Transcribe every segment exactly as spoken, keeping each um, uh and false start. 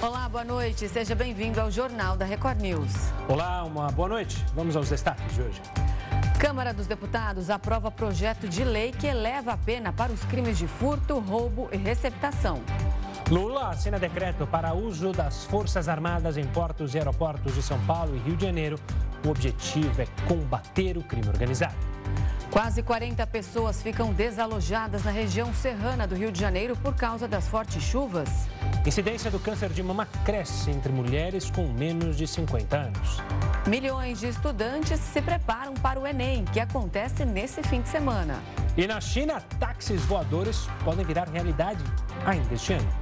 Olá, boa noite. Seja bem-vindo ao Jornal da Record News. Olá, uma boa noite. Vamos aos destaques de hoje. Câmara dos Deputados aprova projeto de lei que eleva a pena para os crimes de furto, roubo e receptação. Lula assina decreto para uso das Forças Armadas em portos e aeroportos de São Paulo e Rio de Janeiro. O objetivo é combater o crime organizado. Quase quarenta pessoas ficam desalojadas na região serrana do Rio de Janeiro por causa das fortes chuvas. Incidência do câncer de mama cresce entre mulheres com menos de cinquenta anos. Milhões de estudantes se preparam para o Enem, que acontece nesse fim de semana. E na China, táxis voadores podem virar realidade ainda este ano.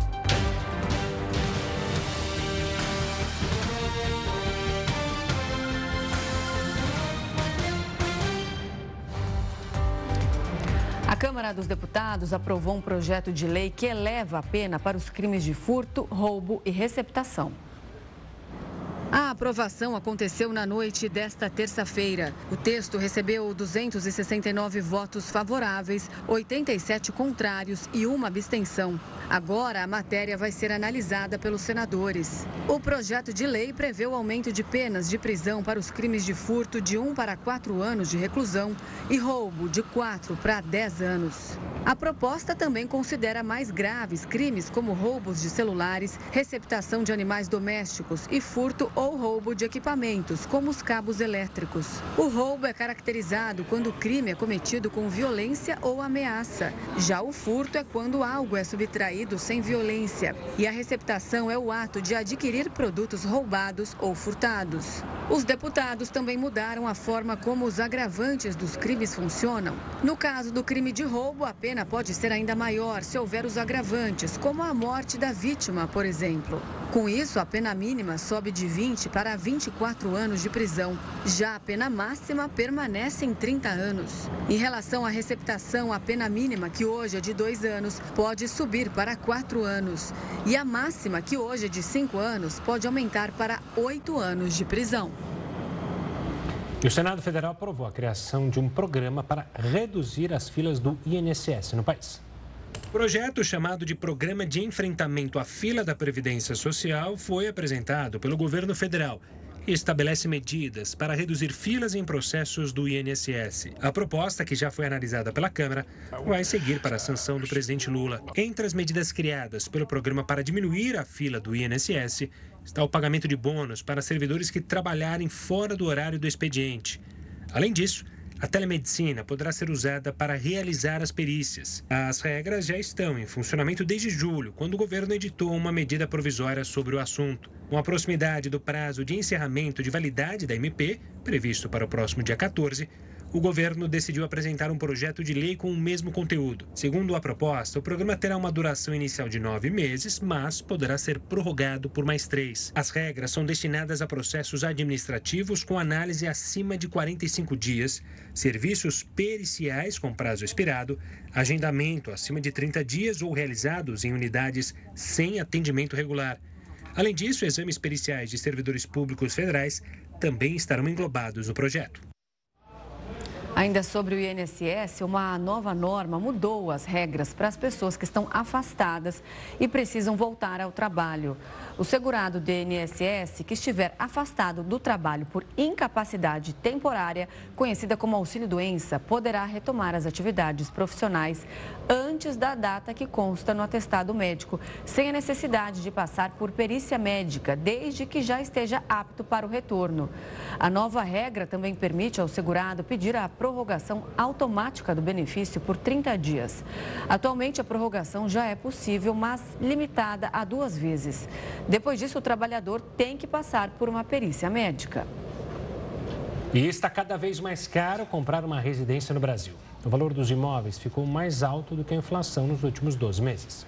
A Câmara dos Deputados aprovou um projeto de lei que eleva a pena para os crimes de furto, roubo e receptação. A aprovação aconteceu na noite desta terça-feira. O texto recebeu duzentos e sessenta e nove votos favoráveis, oitenta e sete contrários e uma abstenção. Agora, a matéria vai ser analisada pelos senadores. O projeto de lei prevê o aumento de penas de prisão para os crimes de furto de um para quatro anos de reclusão e roubo de quatro para dez anos. A proposta também considera mais graves crimes como roubos de celulares, receptação de animais domésticos e furto ou roubo de equipamentos, como os cabos elétricos. O roubo é caracterizado quando o crime é cometido com violência ou ameaça. Já o furto é quando algo é subtraído sem violência. E a receptação é o ato de adquirir produtos roubados ou furtados. Os deputados também mudaram a forma como os agravantes dos crimes funcionam. No caso do crime de roubo, a pena pode ser ainda maior se houver os agravantes, como a morte da vítima, por exemplo. Com isso, a pena mínima sobe de vinte para vinte e quatro anos de prisão. Já a pena máxima permanece em trinta anos. Em relação à receptação, a pena mínima, que hoje é de dois anos, pode subir para quatro anos. E a máxima, que hoje é de cinco anos, pode aumentar para oito anos de prisão. E o Senado Federal aprovou a criação de um programa para reduzir as filas do I N S S no país. O projeto, chamado de Programa de Enfrentamento à Fila da Previdência Social, foi apresentado pelo governo federal e estabelece medidas para reduzir filas em processos do I N S S. A proposta, que já foi analisada pela Câmara, vai seguir para a sanção do presidente Lula. Entre as medidas criadas pelo programa para diminuir a fila do I N S S, está o pagamento de bônus para servidores que trabalharem fora do horário do expediente. Além disso, a telemedicina poderá ser usada para realizar as perícias. As regras já estão em funcionamento desde julho, quando o governo editou uma medida provisória sobre o assunto. Com a proximidade do prazo de encerramento de validade da M P, previsto para o próximo dia quatorze, o governo decidiu apresentar um projeto de lei com o mesmo conteúdo. Segundo a proposta, o programa terá uma duração inicial de nove meses, mas poderá ser prorrogado por mais três. As regras são destinadas a processos administrativos com análise acima de quarenta e cinco dias, serviços periciais com prazo expirado, agendamento acima de trinta dias ou realizados em unidades sem atendimento regular. Além disso, exames periciais de servidores públicos federais também estarão englobados no projeto. Ainda sobre o I N S S, uma nova norma mudou as regras para as pessoas que estão afastadas e precisam voltar ao trabalho. O segurado do I N S S que estiver afastado do trabalho por incapacidade temporária, conhecida como auxílio-doença, poderá retomar as atividades profissionais antes da data que consta no atestado médico, sem a necessidade de passar por perícia médica, desde que já esteja apto para o retorno. A nova regra também permite ao segurado pedir a prorrogação automática do benefício por trinta dias. Atualmente, a prorrogação já é possível, mas limitada a duas vezes. Depois disso, o trabalhador tem que passar por uma perícia médica. E está cada vez mais caro comprar uma residência no Brasil. O valor dos imóveis ficou mais alto do que a inflação nos últimos doze meses.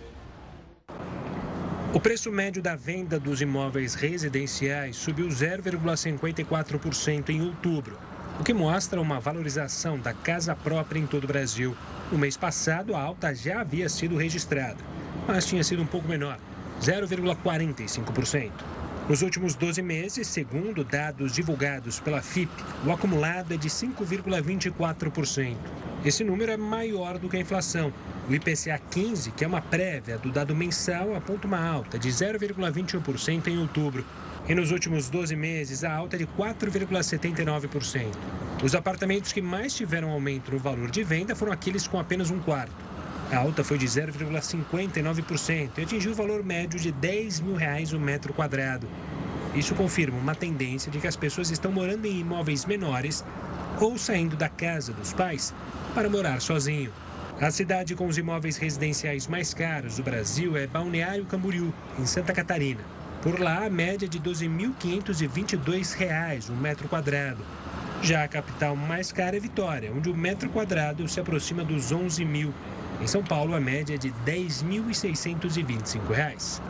O preço médio da venda dos imóveis residenciais subiu zero vírgula cinquenta e quatro por cento em outubro, o que mostra uma valorização da casa própria em todo o Brasil. No mês passado, a alta já havia sido registrada, mas tinha sido um pouco menor, zero vírgula quarenta e cinco por cento. Nos últimos doze meses, segundo dados divulgados pela F I P, o acumulado é de cinco vírgula vinte e quatro por cento. Esse número é maior do que a inflação. O I P C A quinze, que é uma prévia do dado mensal, aponta uma alta de zero vírgula vinte e um por cento em outubro. E nos últimos doze meses, a alta é de quatro vírgula setenta e nove por cento. Os apartamentos que mais tiveram aumento no valor de venda foram aqueles com apenas um quarto. A alta foi de zero vírgula cinquenta e nove por cento e atingiu o valor médio de dez mil reais o metro quadrado. Isso confirma uma tendência de que as pessoas estão morando em imóveis menores ou saindo da casa dos pais para morar sozinho. A cidade com os imóveis residenciais mais caros do Brasil é Balneário Camboriú, em Santa Catarina. Por lá, a média é de doze mil quinhentos e vinte e dois reais um metro quadrado. Já a capital mais cara é Vitória, onde o metro quadrado se aproxima dos onze mil. Em São Paulo, a média é de dez mil seiscentos e vinte e cinco reais.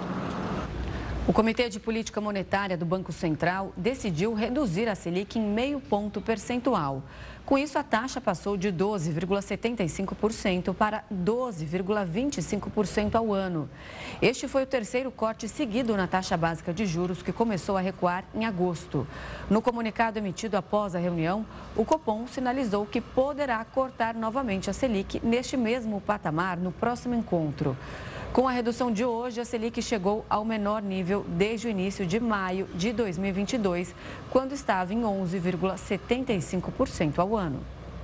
O Comitê de Política Monetária do Banco Central decidiu reduzir a Selic em meio ponto percentual. Com isso, a taxa passou de doze vírgula setenta e cinco por cento para doze vírgula vinte e cinco por cento ao ano. Este foi o terceiro corte seguido na taxa básica de juros, que começou a recuar em agosto. No comunicado emitido após a reunião, o Copom sinalizou que poderá cortar novamente a Selic neste mesmo patamar no próximo encontro. Com a redução de hoje, a Selic chegou ao menor nível desde o início de maio de dois mil e vinte e dois, quando estava em onze vírgula setenta e cinco por cento ao ano.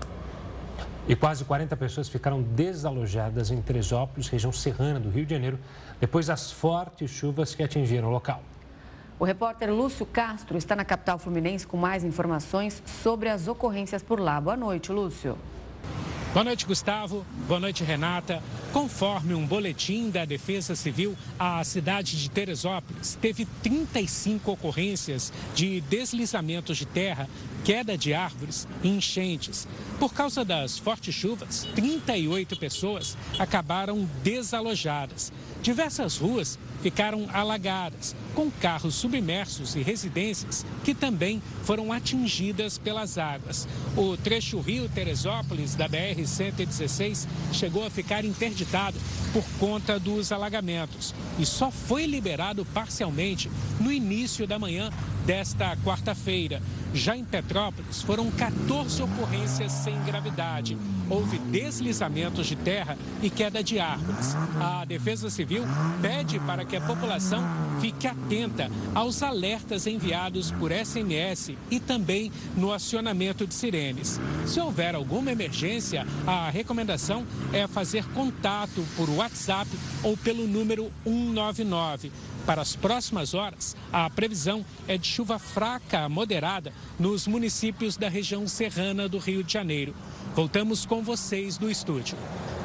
E quase quarenta pessoas ficaram desalojadas em Teresópolis, região serrana do Rio de Janeiro, depois das fortes chuvas que atingiram o local. O repórter Lúcio Castro está na capital fluminense com mais informações sobre as ocorrências por lá. Boa noite, Lúcio. Boa noite, Gustavo. Boa noite, Renata. Conforme um boletim da Defesa Civil, a cidade de Teresópolis teve trinta e cinco ocorrências de deslizamentos de terra, queda de árvores e enchentes. Por causa das fortes chuvas, trinta e oito pessoas acabaram desalojadas. Diversas ruas ficaram alagadas, com carros submersos e residências que também foram atingidas pelas águas. O trecho Rio-Teresópolis da B R cento e dezesseis chegou a ficar interditado por conta dos alagamentos e só foi liberado parcialmente no início da manhã desta quarta-feira. Já em Petrópolis, foram quatorze ocorrências sem gravidade. Houve deslizamentos de terra e queda de árvores. A Defesa Civil pede para que a população fique atenta aos alertas enviados por S M S e também no acionamento de sirenes. Se houver alguma emergência, a recomendação é fazer contato por WhatsApp ou pelo número um nove nove. Para as próximas horas, a previsão é de chuva fraca a moderada nos municípios da região serrana do Rio de Janeiro. Voltamos com vocês do estúdio.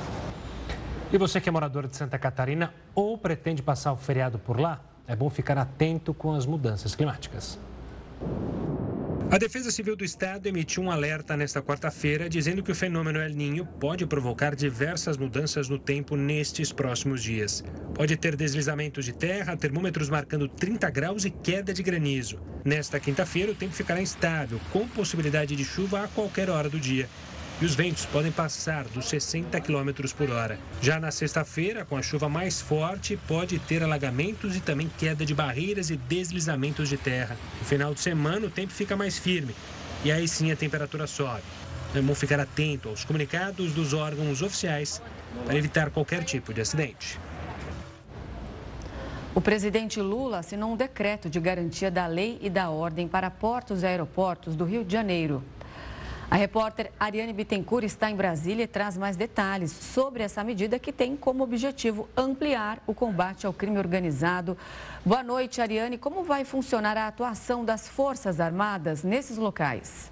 E você que é morador de Santa Catarina ou pretende passar o feriado por lá, é bom ficar atento com as mudanças climáticas. A Defesa Civil do Estado emitiu um alerta nesta quarta-feira, dizendo que o fenômeno El Niño pode provocar diversas mudanças no tempo nestes próximos dias. Pode ter deslizamentos de terra, termômetros marcando trinta graus e queda de granizo. Nesta quinta-feira, o tempo ficará instável, com possibilidade de chuva a qualquer hora do dia. E os ventos podem passar dos sessenta quilômetros por hora. Já na sexta-feira, com a chuva mais forte, pode ter alagamentos e também queda de barreiras e deslizamentos de terra. No final de semana, o tempo fica mais firme e aí sim a temperatura sobe. É bom ficar atento aos comunicados dos órgãos oficiais para evitar qualquer tipo de acidente. O presidente Lula assinou um decreto de garantia da lei e da ordem para portos e aeroportos do Rio de Janeiro. A repórter Ariane Bittencourt está em Brasília e traz mais detalhes sobre essa medida que tem como objetivo ampliar o combate ao crime organizado. Boa noite, Ariane. Como vai funcionar a atuação das Forças Armadas nesses locais?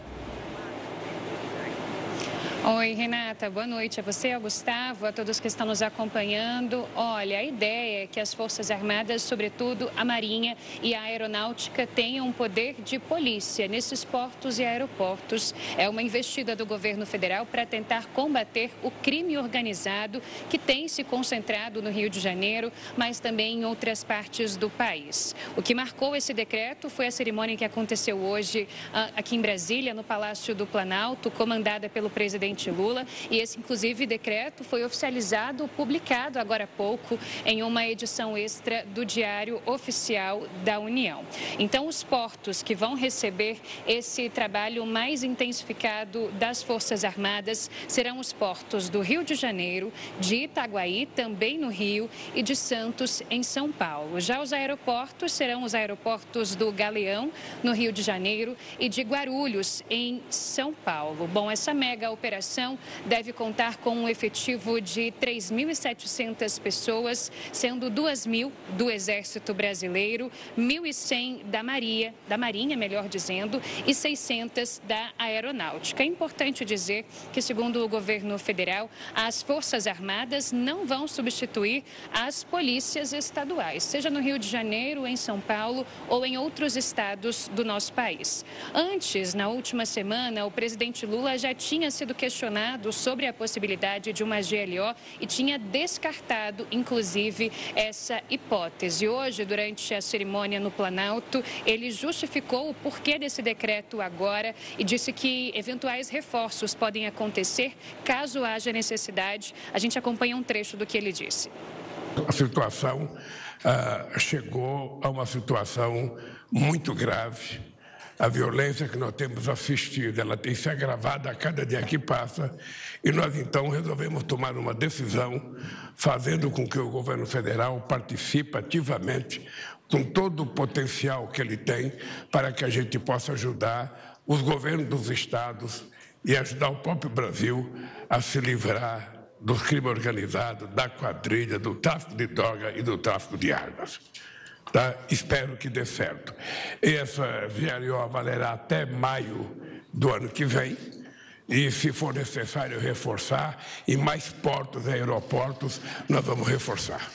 Oi, Renata. Boa noite a você, ao Gustavo, a todos que estão nos acompanhando. Olha, a ideia é que as Forças Armadas, sobretudo a Marinha e a Aeronáutica, tenham poder de polícia nesses portos e aeroportos. É uma investida do governo federal para tentar combater o crime organizado que tem se concentrado no Rio de Janeiro, mas também em outras partes do país. O que marcou esse decreto foi a cerimônia que aconteceu hoje aqui em Brasília, no Palácio do Planalto, comandada pelo presidente presidente Lula. E esse, inclusive, decreto foi oficializado, publicado agora há pouco em uma edição extra do Diário Oficial da União. Então, os portos que vão receber esse trabalho mais intensificado das Forças Armadas serão os portos do Rio de Janeiro, de Itaguaí, também no Rio, e de Santos, em São Paulo. Já os aeroportos serão os aeroportos do Galeão, no Rio de Janeiro, e de Guarulhos, em São Paulo. Bom, essa mega operação deve contar com um efetivo de três mil e setecentas pessoas, sendo duas mil do Exército Brasileiro, mil e cem da Marinha, da Marinha, melhor dizendo, e seiscentas da Aeronáutica. É importante dizer que, segundo o governo federal, as Forças Armadas não vão substituir as polícias estaduais, seja no Rio de Janeiro, em São Paulo ou em outros estados do nosso país. Antes, na última semana, o presidente Lula já tinha sido questionado sobre a possibilidade de uma G L O e tinha descartado, inclusive, essa hipótese. Hoje, durante a cerimônia no Planalto, ele justificou o porquê desse decreto agora e disse que eventuais reforços podem acontecer caso haja necessidade. A gente acompanha um trecho do que ele disse. A situação uh, chegou a uma situação muito grave. A violência que nós temos assistido, ela tem se agravado a cada dia que passa, e nós então resolvemos tomar uma decisão, fazendo com que o governo federal participe ativamente com todo o potencial que ele tem para que a gente possa ajudar os governos dos estados e ajudar o próprio Brasil a se livrar do crime organizado, da quadrilha, do tráfico de droga e do tráfico de armas. Tá? Espero que dê certo. Essa G L O valerá até maio do ano que vem e, se for necessário reforçar, em mais portos e aeroportos, nós vamos reforçar.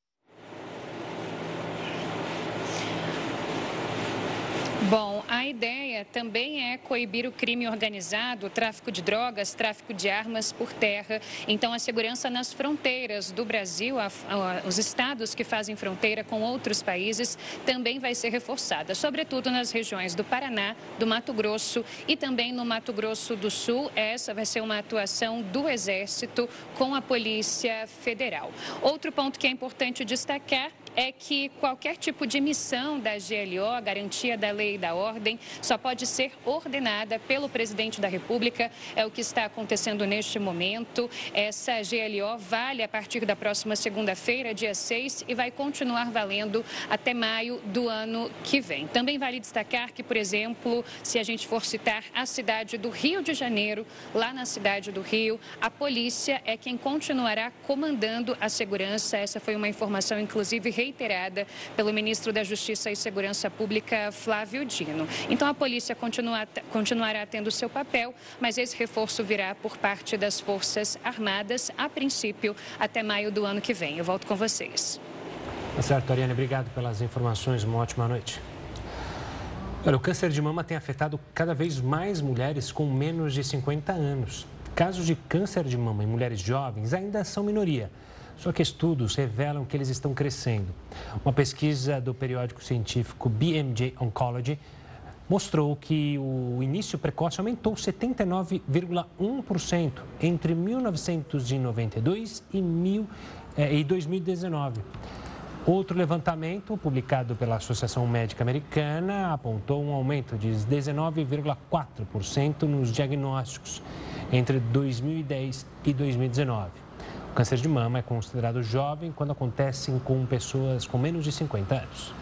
Bom, a ideia também é coibir o crime organizado, o tráfico de drogas, tráfico de armas por terra. Então, a segurança nas fronteiras do Brasil, a, a, os estados que fazem fronteira com outros países, também vai ser reforçada, sobretudo nas regiões do Paraná, do Mato Grosso e também no Mato Grosso do Sul. Essa vai ser uma atuação do Exército com a Polícia Federal. Outro ponto que é importante destacar é que qualquer tipo de missão da G L O, a garantia da lei e da ordem, só pode ser ordenada pelo presidente da República. É o que está acontecendo neste momento. Essa G L O vale a partir da próxima segunda-feira, dia seis, e vai continuar valendo até maio do ano que vem. Também vale destacar que, por exemplo, se a gente for citar a cidade do Rio de Janeiro, lá na cidade do Rio, a polícia é quem continuará comandando a segurança. Essa foi uma informação, inclusive, reiterada pelo ministro da Justiça e Segurança Pública, Flávio Dino. Então, a polícia continua, continuará tendo seu papel, mas esse reforço virá por parte das Forças Armadas, a princípio, até maio do ano que vem. Eu volto com vocês. Tá certo, Ariane. Obrigado pelas informações. Uma ótima noite. Olha, o câncer de mama tem afetado cada vez mais mulheres com menos de cinquenta anos. Casos de câncer de mama em mulheres jovens ainda são minoria. Só que estudos revelam que eles estão crescendo. Uma pesquisa do periódico científico B M J Oncology mostrou que o início precoce aumentou setenta e nove vírgula um por cento entre mil novecentos e noventa e dois e dois mil e dezenove. Outro levantamento, publicado pela Associação Médica Americana, apontou um aumento de dezenove vírgula quatro por cento nos diagnósticos entre dois mil e dez e dois mil e dezenove. O câncer de mama é considerado jovem quando acontece com pessoas com menos de cinquenta anos.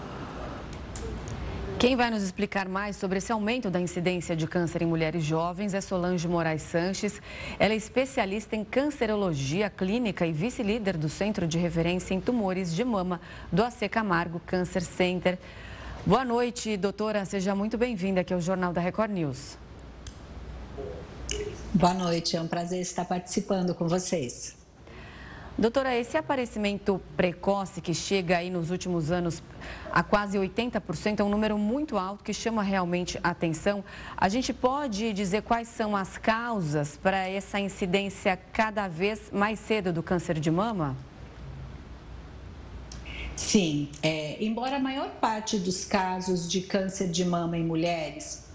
Quem vai nos explicar mais sobre esse aumento da incidência de câncer em mulheres jovens é Solange Moraes Sanches. Ela é especialista em cancerologia clínica e vice-líder do Centro de Referência em Tumores de Mama do A C Camargo Cancer Center. Boa noite, doutora. Seja muito bem-vinda aqui ao Jornal da Record News. Boa noite, é um prazer estar participando com vocês. Doutora, esse aparecimento precoce que chega aí nos últimos anos a quase oitenta por cento é um número muito alto que chama realmente a atenção. A gente pode dizer quais são as causas para essa incidência cada vez mais cedo do câncer de mama? Sim, é, embora a maior parte dos casos de câncer de mama em mulheres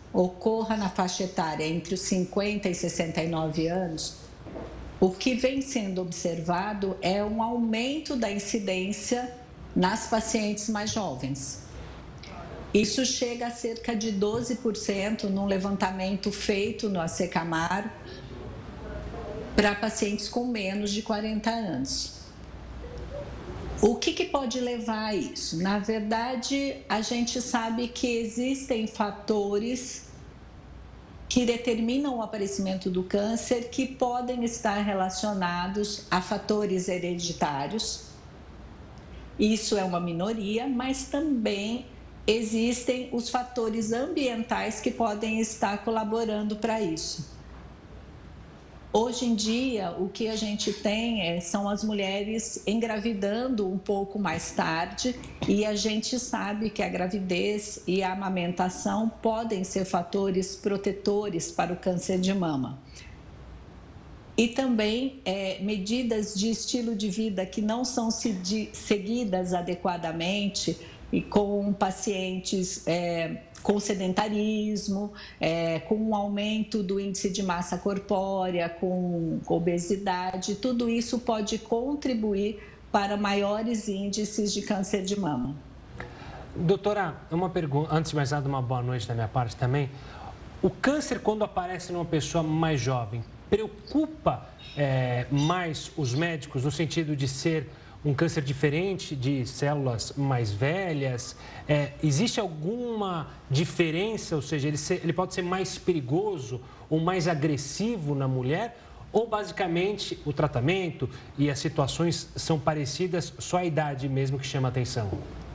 ocorra na faixa etária entre os cinquenta e sessenta e nove anos, o que vem sendo observado é um aumento da incidência nas pacientes mais jovens. Isso chega a cerca de doze por cento num levantamento feito no ACECAMAR para pacientes com menos de quarenta anos. O que, que pode levar a isso? Na verdade, a gente sabe que existem fatores que determinam o aparecimento do câncer que podem estar relacionados a fatores hereditários. Isso é uma minoria, mas também existem os fatores ambientais que podem estar colaborando para isso. Hoje em dia, o que a gente tem é, são as mulheres engravidando um pouco mais tarde e a gente sabe que a gravidez e a amamentação podem ser fatores protetores para o câncer de mama. E também é, medidas de estilo de vida que não são seguidas adequadamente e com pacientes é, com sedentarismo, é, com um aumento do índice de massa corpórea, com obesidade, tudo isso pode contribuir para maiores índices de câncer de mama. Doutora, uma pergunta, antes de mais nada, uma boa noite da minha parte também. O câncer, quando aparece numa pessoa mais jovem, preocupa é, mais os médicos no sentido de ser um câncer diferente de células mais velhas? É, existe alguma diferença, ou seja, ele, ser, ele pode ser mais perigoso ou mais agressivo na mulher? Ou basicamente o tratamento e as situações são parecidas, só a idade mesmo que chama a atenção?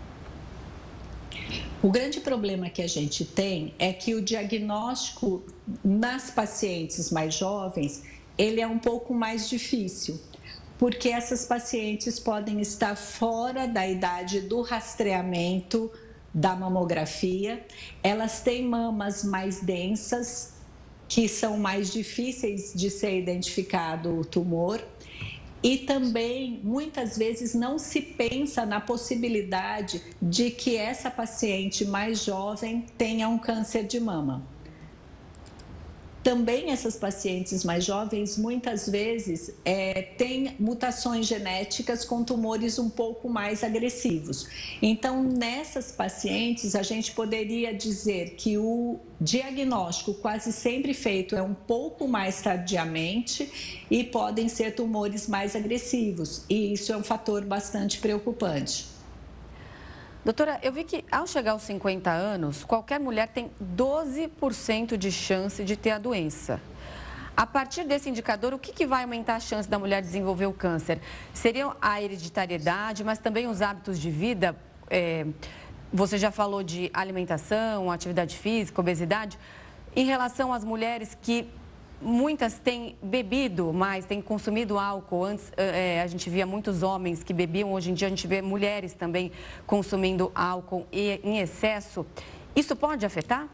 O grande problema que a gente tem é que o diagnóstico nas pacientes mais jovens, ele é um pouco mais difícil, porque essas pacientes podem estar fora da idade do rastreamento da mamografia, elas têm mamas mais densas, que são mais difíceis de ser identificado o tumor, e também, muitas vezes, não se pensa na possibilidade de que essa paciente mais jovem tenha um câncer de mama. Também essas pacientes mais jovens, muitas vezes, é, têm mutações genéticas com tumores um pouco mais agressivos. Então, nessas pacientes, a gente poderia dizer que o diagnóstico quase sempre feito é um pouco mais tardiamente e podem ser tumores mais agressivos. E isso é um fator bastante preocupante. Doutora, eu vi que ao chegar aos cinquenta anos, qualquer mulher tem doze por cento de chance de ter a doença. A partir desse indicador, o que, que vai aumentar a chance da mulher desenvolver o câncer? Seria a hereditariedade, mas também os hábitos de vida? É, você já falou de alimentação, atividade física, obesidade. Em relação às mulheres que muitas têm bebido mais, têm consumido álcool. Antes é, a gente via muitos homens que bebiam, hoje em dia a gente vê mulheres também consumindo álcool em excesso. Isso pode afetar?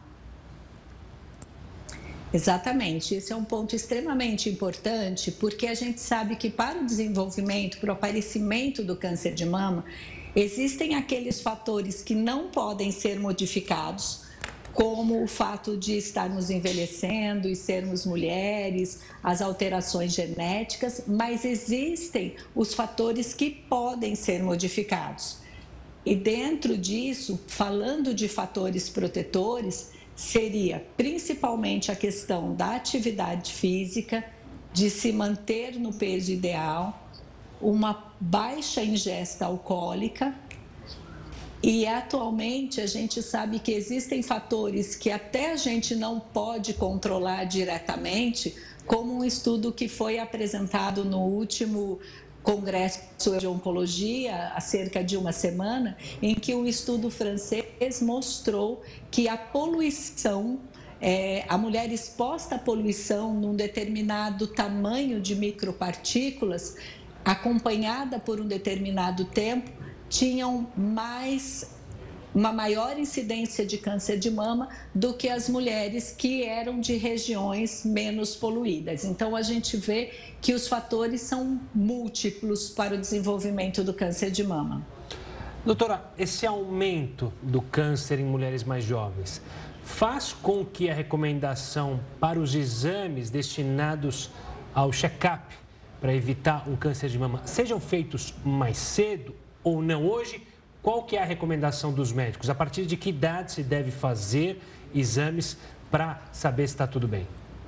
Exatamente, esse é um ponto extremamente importante, porque a gente sabe que para o desenvolvimento, para o aparecimento do câncer de mama, existem aqueles fatores que não podem ser modificados, como o fato de estarmos envelhecendo e sermos mulheres, as alterações genéticas, mas existem os fatores que podem ser modificados. E dentro disso, falando de fatores protetores, seria principalmente a questão da atividade física, de se manter no peso ideal, uma baixa ingesta alcoólica. E atualmente a gente sabe que existem fatores que até a gente não pode controlar diretamente, como um estudo que foi apresentado no último Congresso de Oncologia, há cerca de uma semana, em que um estudo francês mostrou que a poluição, é, a mulher exposta à poluição num determinado tamanho de micropartículas, acompanhada por um determinado tempo, tinham mais, uma maior incidência de câncer de mama do que as mulheres que eram de regiões menos poluídas. Então, a gente vê que os fatores são múltiplos para o desenvolvimento do câncer de mama. Doutora, esse aumento do câncer em mulheres mais jovens faz com que a recomendação para os exames destinados ao check-up para evitar um câncer de mama sejam feitos mais cedo ou não? Hoje, qual que é a recomendação dos médicos? A partir de que idade se deve fazer exames para saber se está tudo bem?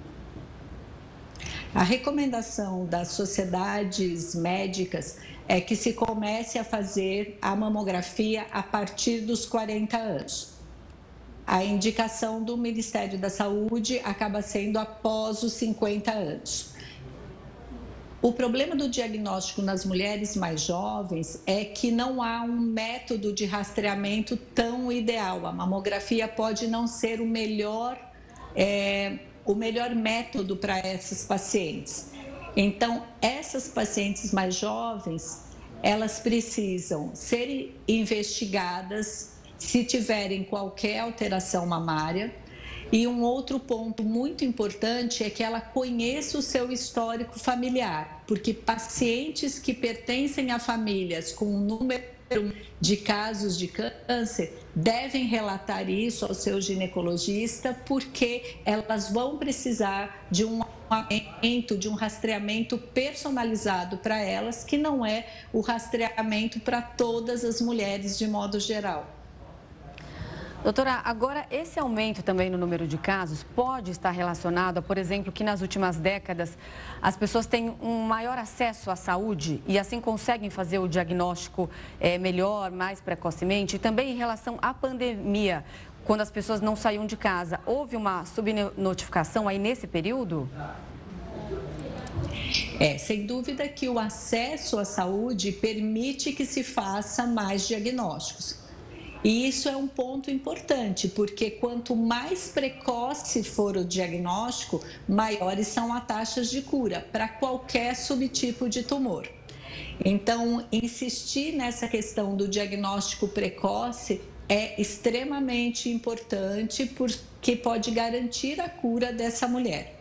A recomendação das sociedades médicas é que se comece a fazer a mamografia a partir dos quarenta anos. A indicação do Ministério da Saúde acaba sendo após os cinquenta anos. O problema do diagnóstico nas mulheres mais jovens é que não há um método de rastreamento tão ideal. A mamografia pode não ser o melhor, é, o melhor método para essas pacientes. Então, essas pacientes mais jovens, elas precisam ser investigadas se tiverem qualquer alteração mamária. E um outro ponto muito importante é que ela conheça o seu histórico familiar, porque pacientes que pertencem a famílias com um número de casos de câncer devem relatar isso ao seu ginecologista, porque elas vão precisar de um acompanhamento, de um rastreamento personalizado para elas, que não é o rastreamento para todas as mulheres de modo geral. Doutora, agora esse aumento também no número de casos pode estar relacionado a, por exemplo, que nas últimas décadas as pessoas têm um maior acesso à saúde e assim conseguem fazer o diagnóstico é, melhor, mais precocemente, e também em relação à pandemia, quando as pessoas não saíam de casa. Houve uma subnotificação aí nesse período? É, sem dúvida que o acesso à saúde permite que se faça mais diagnósticos. E isso é um ponto importante, porque quanto mais precoce for o diagnóstico, maiores são as taxas de cura para qualquer subtipo de tumor. Então, insistir nessa questão do diagnóstico precoce é extremamente importante, porque pode garantir a cura dessa mulher.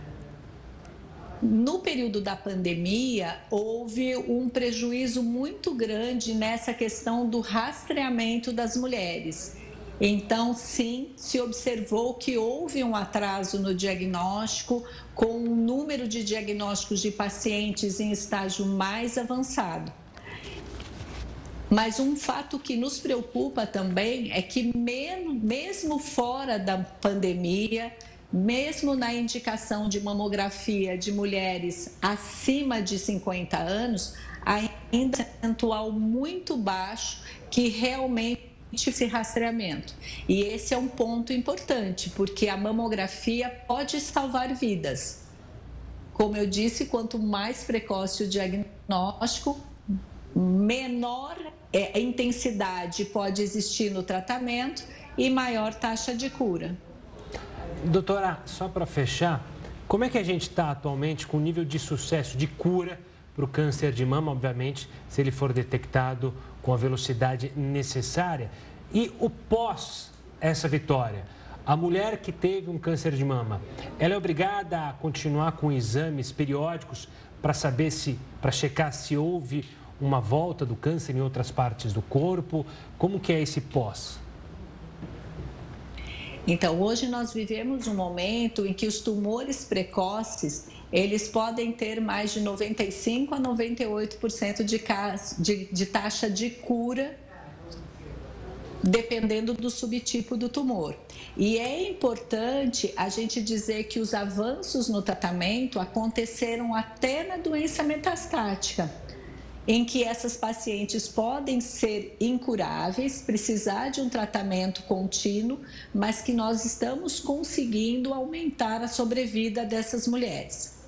No período da pandemia, houve um prejuízo muito grande nessa questão do rastreamento das mulheres. Então, sim, se observou que houve um atraso no diagnóstico, com o número de diagnósticos de pacientes em estágio mais avançado. Mas um fato que nos preocupa também é que, mesmo fora da pandemia, mesmo na indicação de mamografia de mulheres acima de cinquenta anos, ainda é um percentual muito baixo que realmente esse rastreamento. E esse é um ponto importante, porque a mamografia pode salvar vidas. Como eu disse, quanto mais precoce o diagnóstico, menor a intensidade pode existir no tratamento e maior taxa de cura. Doutora, só para fechar, como é que a gente está atualmente com o nível de sucesso, de cura para o câncer de mama, obviamente, se ele for detectado com a velocidade necessária? E o pós essa vitória? A mulher que teve um câncer de mama, ela é obrigada a continuar com exames periódicos para saber se, para checar se houve uma volta do câncer em outras partes do corpo? Como que é esse pós? Então, hoje nós vivemos um momento em que os tumores precoces, eles podem ter mais de noventa e cinco a noventa e oito por cento de, de, de taxa de cura, dependendo do subtipo do tumor. E é importante a gente dizer que os avanços no tratamento aconteceram até na doença metastática, em que essas pacientes podem ser incuráveis, precisar de um tratamento contínuo, mas que nós estamos conseguindo aumentar a sobrevida dessas mulheres.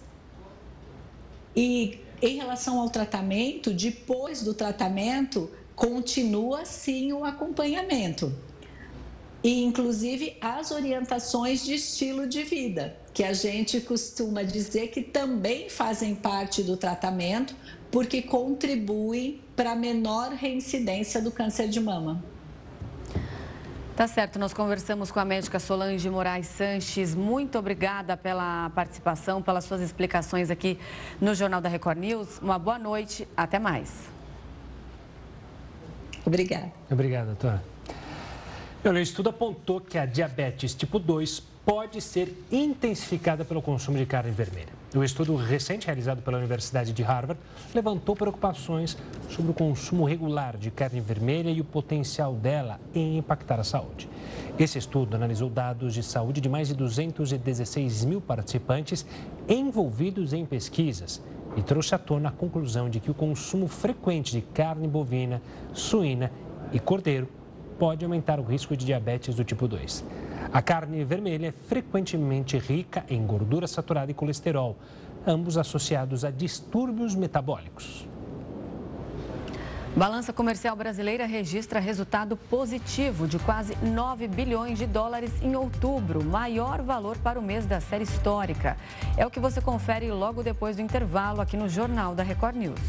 E em relação ao tratamento, depois do tratamento, continua sim o acompanhamento. E inclusive as orientações de estilo de vida, que a gente costuma dizer que também fazem parte do tratamento, porque contribuem para a menor reincidência do câncer de mama. Tá certo, nós conversamos com a médica Solange Moraes Sanches. Muito obrigada pela participação, pelas suas explicações aqui no Jornal da Record News. Uma boa noite, até mais. Obrigada. Obrigada, doutora. O estudo apontou que a diabetes tipo dois pode ser intensificada pelo consumo de carne vermelha. O estudo recente realizado pela Universidade de Harvard levantou preocupações sobre o consumo regular de carne vermelha e o potencial dela em impactar a saúde. Esse estudo analisou dados de saúde de mais de duzentos e dezesseis mil participantes envolvidos em pesquisas e trouxe à tona a conclusão de que o consumo frequente de carne bovina, suína e cordeiro pode aumentar o risco de diabetes do tipo dois. A carne vermelha é frequentemente rica em gordura saturada e colesterol, ambos associados a distúrbios metabólicos. Balança comercial brasileira registra resultado positivo de quase nove bilhões de dólares em outubro, maior valor para o mês da série histórica. É o que você confere logo depois do intervalo aqui no Jornal da Record News.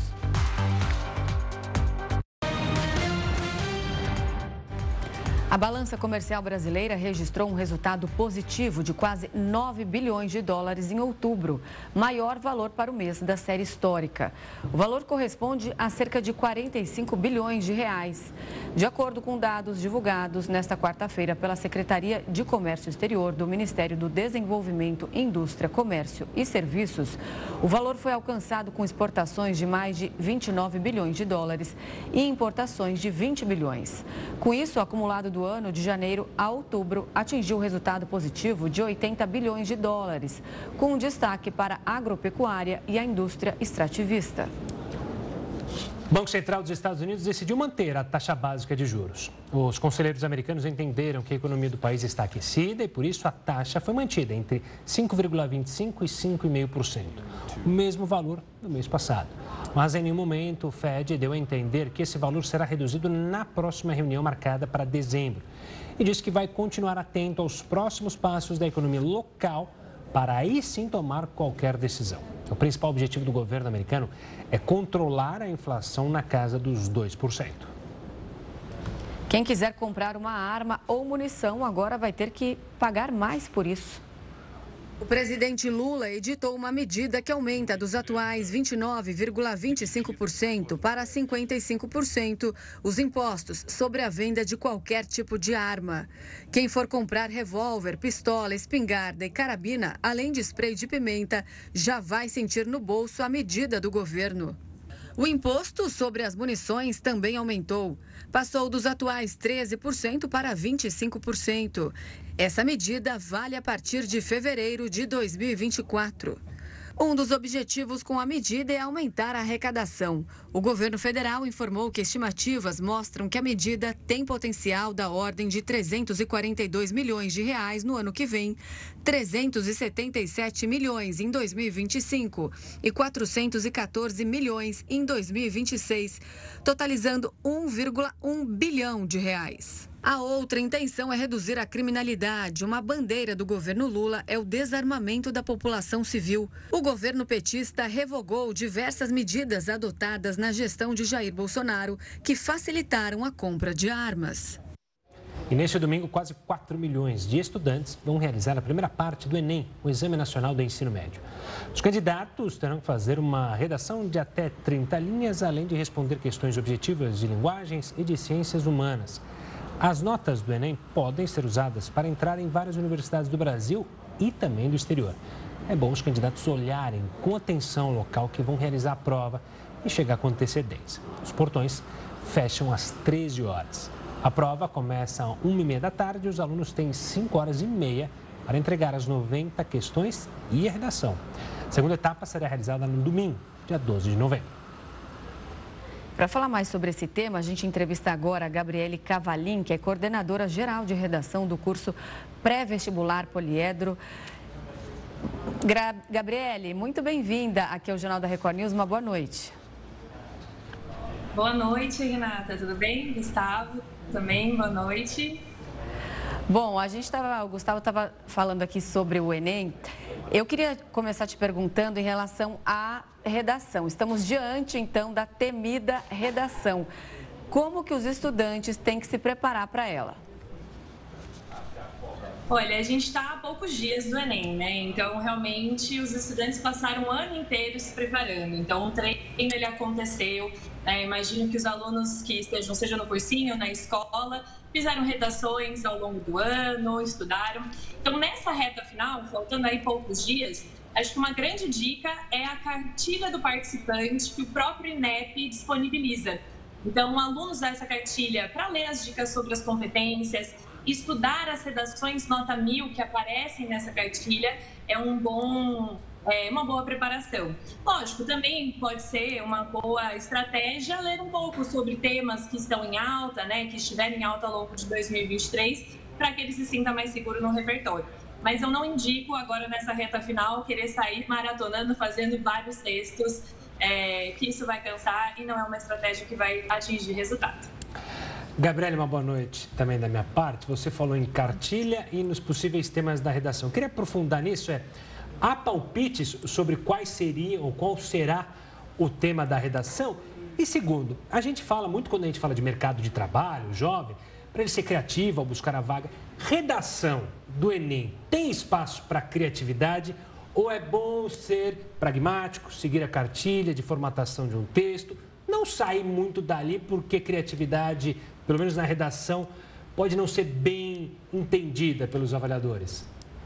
A balança comercial brasileira registrou um resultado positivo de quase nove bilhões de dólares em outubro, maior valor para o mês da série histórica. O valor corresponde a cerca de quarenta e cinco bilhões de reais. De acordo com dados divulgados nesta quarta-feira pela Secretaria de Comércio Exterior do Ministério do Desenvolvimento, Indústria, Comércio e Serviços, o valor foi alcançado com exportações de mais de vinte e nove bilhões de dólares e importações de vinte bilhões. Com isso, o acumulado do ano de janeiro a outubro atingiu o resultado positivo de oitenta bilhões de dólares, com destaque para a agropecuária e a indústria extrativista. O Banco Central dos Estados Unidos decidiu manter a taxa básica de juros. Os conselheiros americanos entenderam que a economia do país está aquecida e, por isso, a taxa foi mantida entre cinco vírgula vinte e cinco por cento e cinco vírgula cinco por cento, o mesmo valor do mês passado. Mas, em nenhum momento, o Fed deu a entender que esse valor será reduzido na próxima reunião marcada para dezembro. E disse que vai continuar atento aos próximos passos da economia local para aí sim tomar qualquer decisão. O principal objetivo do governo americano é controlar a inflação na casa dos dois por cento. Quem quiser comprar uma arma ou munição agora vai ter que pagar mais por isso. O presidente Lula editou uma medida que aumenta dos atuais vinte e nove vírgula vinte e cinco por cento para cinquenta e cinco por cento os impostos sobre a venda de qualquer tipo de arma. Quem for comprar revólver, pistola, espingarda e carabina, além de spray de pimenta, já vai sentir no bolso a medida do governo. O imposto sobre as munições também aumentou. Passou dos atuais treze por cento para vinte e cinco por cento. Essa medida vale a partir de fevereiro de dois mil e vinte e quatro. Um dos objetivos com a medida é aumentar a arrecadação. O governo federal informou que estimativas mostram que a medida tem potencial da ordem de trezentos e quarenta e dois milhões de reais no ano que vem, trezentos e setenta e sete milhões em dois mil e vinte e cinco e quatrocentos e quatorze milhões em dois mil e vinte e seis, totalizando um vírgula um bilhão de reais. A outra intenção é reduzir a criminalidade. Uma bandeira do governo Lula é o desarmamento da população civil. O governo petista revogou diversas medidas adotadas na gestão de Jair Bolsonaro que facilitaram a compra de armas. E neste domingo, quase quatro milhões de estudantes vão realizar a primeira parte do Enem, o Exame Nacional do Ensino Médio. Os candidatos terão que fazer uma redação de até trinta linhas, além de responder questões objetivas de linguagens e de ciências humanas. As notas do Enem podem ser usadas para entrar em várias universidades do Brasil e também do exterior. É bom os candidatos olharem com atenção o local que vão realizar a prova e chegar com antecedência. Os portões fecham às treze horas. A prova começa às uma e meia da tarde e os alunos têm cinco horas e meia para entregar as noventa questões e a redação. A segunda etapa será realizada no domingo, dia doze de novembro. Para falar mais sobre esse tema, a gente entrevista agora a Gabriele Cavalim, que é coordenadora geral de redação do curso pré-vestibular Poliedro. Gra Gabriele, muito bem-vinda aqui ao Jornal da Record News. Uma boa noite. Boa noite, Renata. Tudo bem? Gustavo, também, boa noite. Bom, a gente estava, o Gustavo estava falando aqui sobre o Enem. Eu queria começar te perguntando em relação à redação. Estamos diante, então, da temida redação. Como que os estudantes têm que se preparar para ela? Olha, a gente está a poucos dias do Enem, né? Então, realmente, os estudantes passaram o ano inteiro se preparando. Então, o treino ele aconteceu. Né? Imagino que os alunos que estejam, seja no cursinho, na escola, fizeram redações ao longo do ano, estudaram. Então, nessa reta final, faltando aí poucos dias, acho que uma grande dica é a cartilha do participante que o próprio INEP disponibiliza. Então, o aluno usar essa cartilha para ler as dicas sobre as competências, estudar as redações nota mil que aparecem nessa cartilha é um bom, é uma boa preparação. Lógico, também pode ser uma boa estratégia ler um pouco sobre temas que estão em alta, né, que estiverem em alta ao longo de dois mil e vinte e três, para que ele se sinta mais seguro no repertório. Mas eu não indico agora nessa reta final querer sair maratonando, fazendo vários textos, é, que isso vai cansar e não é uma estratégia que vai atingir resultado. Gabriele, uma boa noite também da minha parte. Você falou em cartilha e nos possíveis temas da redação. Eu queria aprofundar nisso, é, há palpites sobre quais seriam ou qual será o tema da redação? E segundo, a gente fala muito quando a gente fala de mercado de trabalho, jovem, para ele ser criativo ao buscar a vaga. Redação do Enem tem espaço para criatividade ou é bom ser pragmático, seguir a cartilha de formatação de um texto, não sair muito dali porque criatividade, pelo menos na redação, pode não ser bem entendida pelos avaliadores?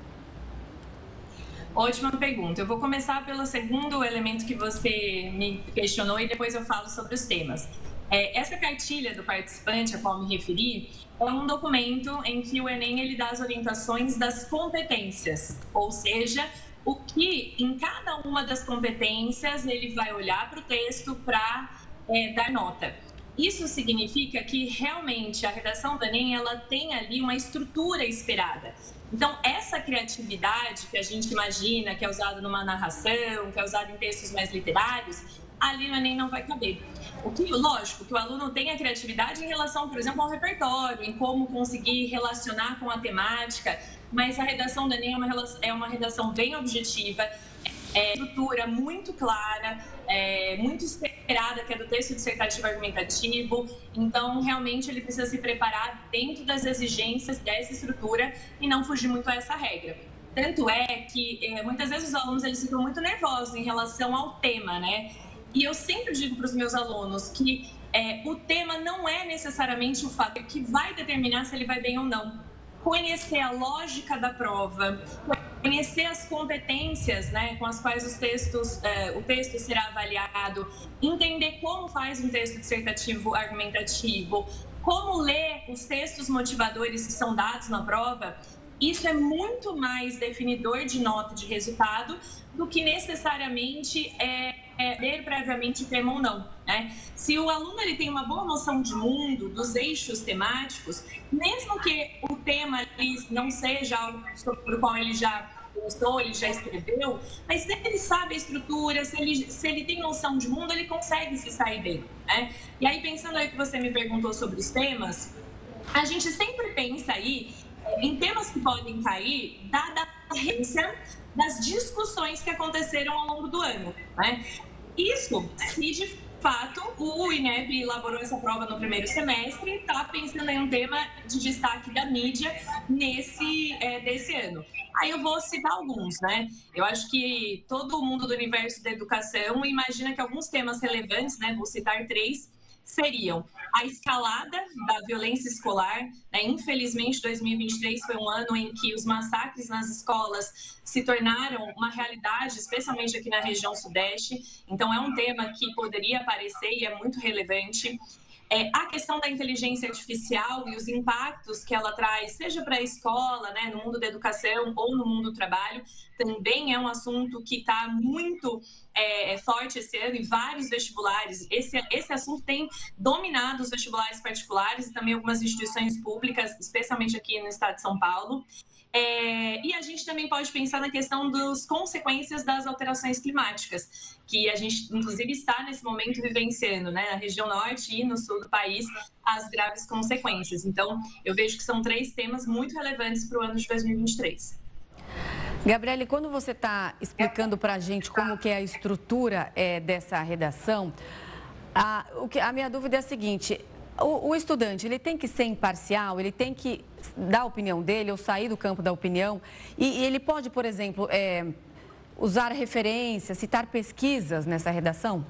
Ótima pergunta. Eu vou começar pelo segundo elemento que você me questionou e depois eu falo sobre os temas. É, essa cartilha do participante, a qual me referi, é um documento em que o Enem ele dá as orientações das competências, ou seja, o que em cada uma das competências ele vai olhar para o texto para é, dar nota. Isso significa que realmente a redação do Enem ela tem ali uma estrutura esperada. Então, essa criatividade que a gente imagina, que é usada numa narração, que é usada em textos mais literários, ali no Enem não vai caber. O que, lógico, que o aluno tem a criatividade em relação, por exemplo, ao repertório, em como conseguir relacionar com a temática, mas a redação do Enem é uma, é uma redação bem objetiva, é estrutura muito clara, é, muito esperada, que é do texto dissertativo argumentativo. Então, realmente, ele precisa se preparar dentro das exigências dessa estrutura e não fugir muito a essa regra. Tanto é que, é, muitas vezes, os alunos eles ficam muito nervosos em relação ao tema, né? E eu sempre digo para os meus alunos que é, o tema não é necessariamente o fato que vai determinar se ele vai bem ou não. Conhecer a lógica da prova, conhecer as competências, né, com as quais os textos, uh, o texto será avaliado, entender como faz um texto dissertativo argumentativo, como ler os textos motivadores que são dados na prova, isso é muito mais definidor de nota de resultado do que necessariamente é, é ler previamente o tema ou não, né? Se o aluno ele tem uma boa noção de mundo, dos eixos temáticos, mesmo que o tema ali não seja algo sobre o qual ele já gostou, ele já escreveu, mas se ele sabe a estrutura, se ele, se ele tem noção de mundo, ele consegue se sair bem, né? E aí, pensando aí que você me perguntou sobre os temas, a gente sempre pensa aí em temas que podem cair, dada a referência das discussões que aconteceram ao longo do ano, né? Isso, se de fato o INEP elaborou essa prova no primeiro semestre e está pensando em um tema de destaque da mídia nesse é, desse ano. Aí eu vou citar alguns, né? Eu acho que todo mundo do universo da educação imagina que alguns temas relevantes, né? Vou citar três, seriam a escalada da violência escolar, né? Infelizmente, dois mil e vinte e três foi um ano em que os massacres nas escolas se tornaram uma realidade, especialmente aqui na região sudeste. Então, é um tema que poderia aparecer e é muito relevante. É, a questão da inteligência artificial e os impactos que ela traz, seja para a escola, né, no mundo da educação ou no mundo do trabalho, também é um assunto que está muito é, forte esse ano em vários vestibulares. Esse, esse assunto tem dominado os vestibulares particulares e também algumas instituições públicas, especialmente aqui no estado de São Paulo. É, e a gente também pode pensar na questão das consequências das alterações climáticas, que a gente, inclusive, está nesse momento vivenciando, né, na região norte e no sul do país, as graves consequências. Então, eu vejo que são três temas muito relevantes para o ano de dois mil e vinte e três. Gabriele, quando você está explicando para a gente como que é a estrutura é, dessa redação, a, o que, a minha dúvida é a seguinte: O, o estudante, ele tem que ser imparcial, ele tem que dar a opinião dele ou sair do campo da opinião. E, e ele pode, por exemplo, é, usar referências, citar pesquisas nessa redação?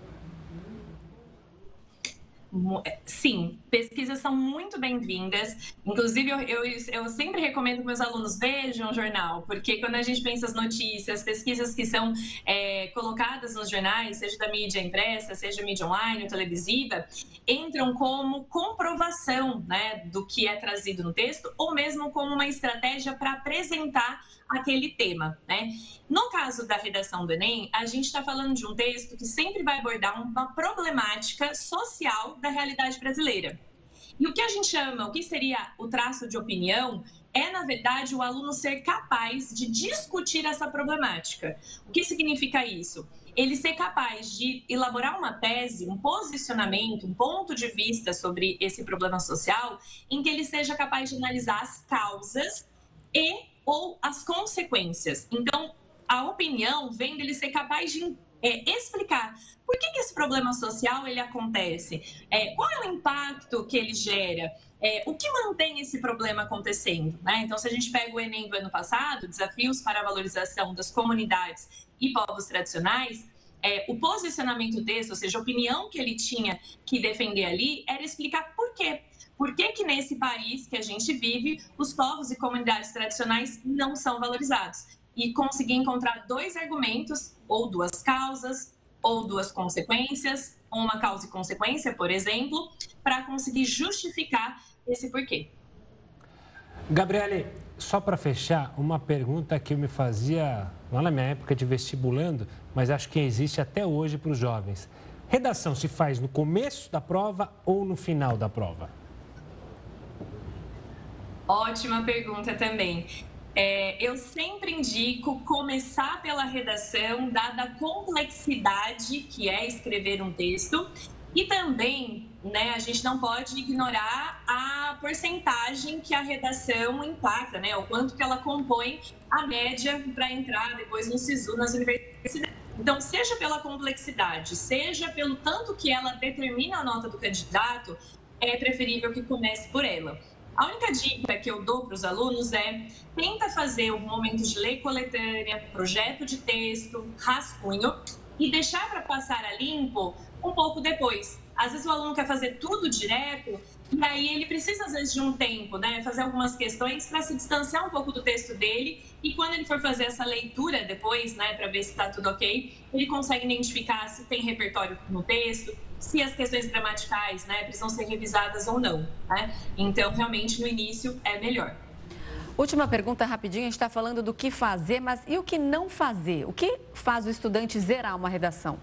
Sim, pesquisas são muito bem-vindas. Inclusive, eu, eu, eu sempre recomendo que meus alunos vejam o jornal, porque quando a gente pensa as notícias, pesquisas que são é, colocadas nos jornais, seja da mídia impressa, seja mídia online ou televisiva, entram como comprovação, né, do que é trazido no texto, ou mesmo como uma estratégia para apresentar aquele tema, né? No caso da redação do Enem, a gente está falando de um texto que sempre vai abordar uma problemática social da realidade brasileira. E o que a gente chama, o que seria o traço de opinião, é, na verdade, o aluno ser capaz de discutir essa problemática. O que significa isso? Ele ser capaz de elaborar uma tese, um posicionamento, um ponto de vista sobre esse problema social, em que ele seja capaz de analisar as causas e ou as consequências. Então, a opinião vem dele ser capaz de é, explicar por que, que esse problema social ele acontece, é, qual é o impacto que ele gera, é, o que mantém esse problema acontecendo, né? Então, se a gente pega o Enem do ano passado, Desafios para a Valorização das Comunidades e Povos Tradicionais, é, o posicionamento do texto, ou seja, a opinião que ele tinha que defender ali, era explicar por quê. Por que que nesse país que a gente vive, os povos e comunidades tradicionais não são valorizados? E conseguir encontrar dois argumentos, ou duas causas, ou duas consequências, ou uma causa e consequência, por exemplo, para conseguir justificar esse porquê. Gabriele, só para fechar, uma pergunta que eu me fazia lá na minha época de vestibulando, mas acho que existe até hoje para os jovens. Redação se faz no começo da prova ou no final da prova? Ótima pergunta também. É, eu sempre indico começar pela redação, dada a complexidade que é escrever um texto. E também, né, a gente não pode ignorar a porcentagem que a redação impacta, né, o quanto que ela compõe a média para entrar depois no SISU nas universidades. Então, seja pela complexidade, seja pelo tanto que ela determina a nota do candidato, é preferível que comece por ela. A única dica que eu dou para os alunos é tenta fazer um momento de lei coletânea, projeto de texto, rascunho e deixar para passar a limpo um pouco depois. Às vezes o aluno quer fazer tudo direto e aí ele precisa, às vezes, de um tempo, né? Fazer algumas questões para se distanciar um pouco do texto dele e quando ele for fazer essa leitura depois, né, para ver se está tudo ok, ele consegue identificar se tem repertório no texto, se as questões gramaticais, né, precisam ser revisadas ou não, né? Então, realmente, no início é melhor. Última pergunta, rapidinho. A gente está falando do que fazer, mas e o que não fazer? O que faz o estudante zerar uma redação?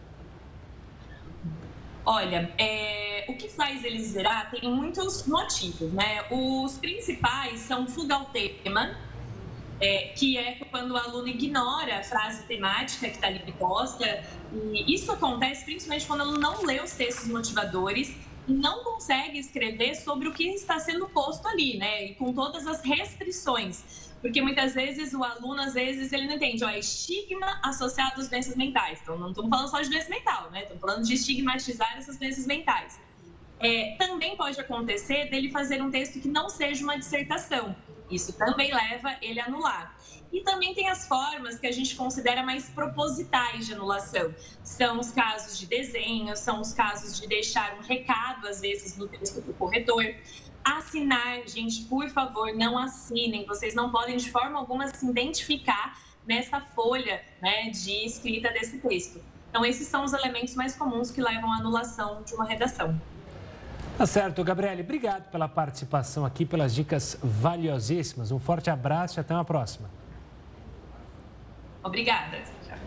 Olha, é, o que faz ele zerar tem muitos motivos, né? Os principais são fuga ao tema, é, que é quando o aluno ignora a frase temática que está ali posta. E isso acontece principalmente quando o aluno não lê os textos motivadores e não consegue escrever sobre o que está sendo posto ali, né? E com todas as restrições. Porque muitas vezes o aluno, às vezes, ele não entende, ó, estigma associado às doenças mentais. Então, não estamos falando só de doença mental, né? Estamos falando de estigmatizar essas doenças mentais. É, também pode acontecer dele fazer um texto que não seja uma dissertação. Isso também leva ele a anular. E também tem as formas que a gente considera mais propositais de anulação. São os casos de desenho, são os casos de deixar um recado, às vezes, no texto do corretor. Assinar, gente, por favor, não assinem. Vocês não podem, de forma alguma, se identificar nessa folha, né, de escrita desse texto. Então, esses são os elementos mais comuns que levam à anulação de uma redação. Tá certo, Gabriele. Obrigado pela participação aqui, pelas dicas valiosíssimas. Um forte abraço e até uma próxima. Obrigada.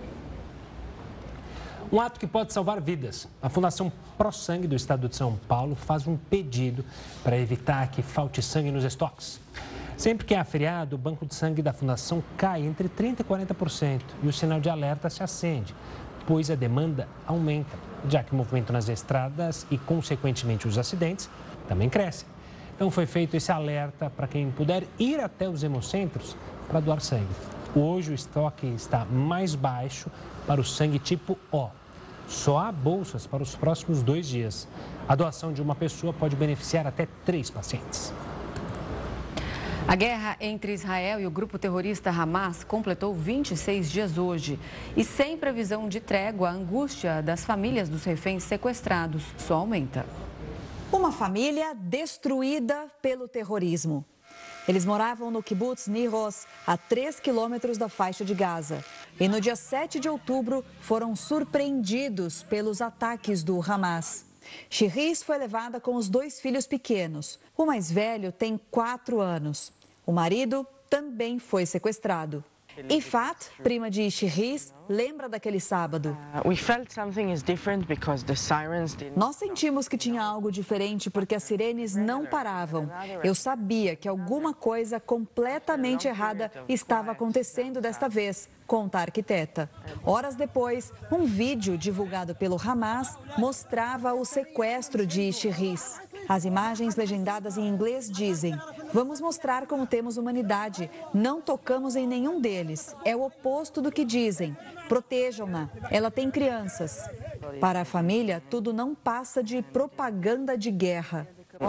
Um ato que pode salvar vidas. A Fundação Pro Sangue do Estado de São Paulo faz um pedido para evitar que falte sangue nos estoques. Sempre que há feriado, o banco de sangue da Fundação cai entre trinta por cento e quarenta por cento e o sinal de alerta se acende, pois a demanda aumenta, já que o movimento nas estradas e, consequentemente, os acidentes também crescem. Então, foi feito esse alerta para quem puder ir até os hemocentros para doar sangue. Hoje, o estoque está mais baixo para o sangue tipo O. só há bolsas para os próximos dois dias. A doação de uma pessoa pode beneficiar até três pacientes. A guerra entre Israel e o grupo terrorista Hamas completou vinte e seis dias hoje. E sem previsão de trégua, a angústia das famílias dos reféns sequestrados só aumenta. Uma família destruída pelo terrorismo. Eles moravam no kibbutz Nir Oz, a três quilômetros da faixa de Gaza. E no dia sete de outubro foram surpreendidos pelos ataques do Hamas. Shiriz foi levada com os dois filhos pequenos. O mais velho tem quatro anos. O marido também foi sequestrado. Ifat, prima de Shiriz, lembra daquele sábado. Nós sentimos que tinha algo diferente porque as sirenes não paravam. Eu sabia que alguma coisa completamente errada estava acontecendo desta vez, conta a arquiteta. Horas depois, um vídeo divulgado pelo Hamas mostrava o sequestro de Shiriz. As imagens legendadas em inglês dizem: vamos mostrar como temos humanidade, não tocamos em nenhum deles. É o oposto do que dizem. Protejam-na, ela tem crianças. Para a família, tudo não passa de propaganda de guerra.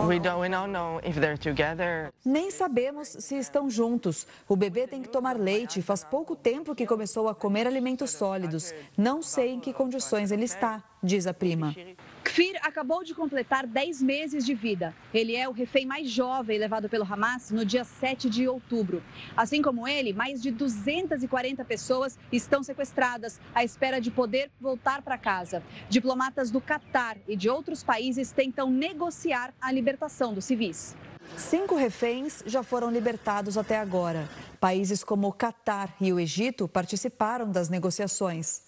Nem sabemos se estão juntos. O bebê tem que tomar leite. Faz pouco tempo que começou a comer alimentos sólidos. Não sei em que condições ele está, diz a prima. Kfir acabou de completar dez meses de vida. Ele é o refém mais jovem levado pelo Hamas no dia sete de outubro. Assim como ele, mais de duzentas e quarenta pessoas estão sequestradas à espera de poder voltar para casa. Diplomatas do Catar e de outros países tentam negociar a libertação dos civis. Cinco reféns já foram libertados até agora. Países como o Catar e o Egito participaram das negociações.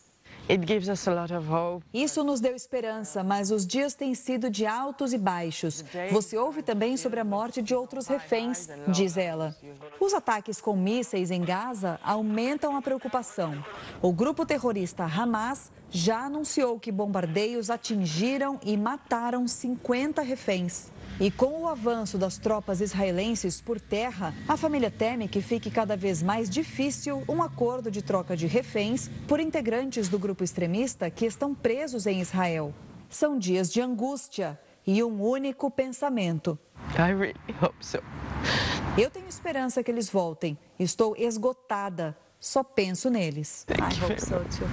Isso nos deu esperança, mas os dias têm sido de altos e baixos. Você ouve também sobre a morte de outros reféns, diz ela. Os ataques com mísseis em Gaza aumentam a preocupação. O grupo terrorista Hamas já anunciou que bombardeios atingiram e mataram cinquenta reféns. E com o avanço das tropas israelenses por terra, a família teme que fique cada vez mais difícil um acordo de troca de reféns por integrantes do grupo extremista que estão presos em Israel. São dias de angústia e um único pensamento. I really hope so. Eu tenho esperança que eles voltem. Estou esgotada. Só penso neles. I hope so too.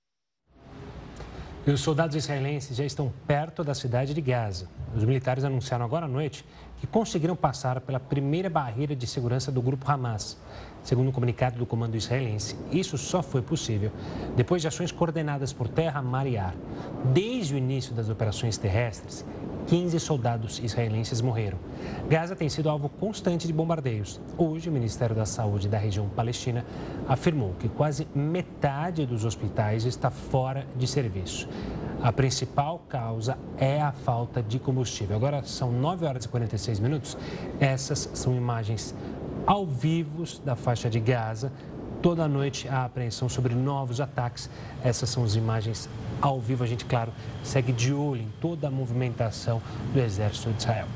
E os soldados israelenses já estão perto da cidade de Gaza. Os militares anunciaram agora à noite que conseguiram passar pela primeira barreira de segurança do grupo Hamas. Segundo um comunicado do comando israelense, isso só foi possível depois de ações coordenadas por terra, mar e ar. Desde o início das operações terrestres, quinze soldados israelenses morreram. Gaza tem sido alvo constante de bombardeios. Hoje, o Ministério da Saúde da região palestina afirmou que quase metade dos hospitais está fora de serviço. A principal causa é a falta de combustível. Agora são nove horas e quarenta e seis minutos. Essas são imagens ao vivo da faixa de Gaza. Toda noite há apreensão sobre novos ataques. Essas são as imagens ao vivo. A gente, claro, segue de olho em toda a movimentação do Exército de Israel.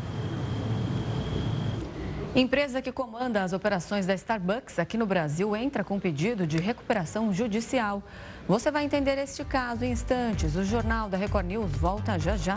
Empresa que comanda as operações da Starbucks aqui no Brasil entra com pedido de recuperação judicial. Você vai entender este caso em instantes. O Jornal da Record News volta já já.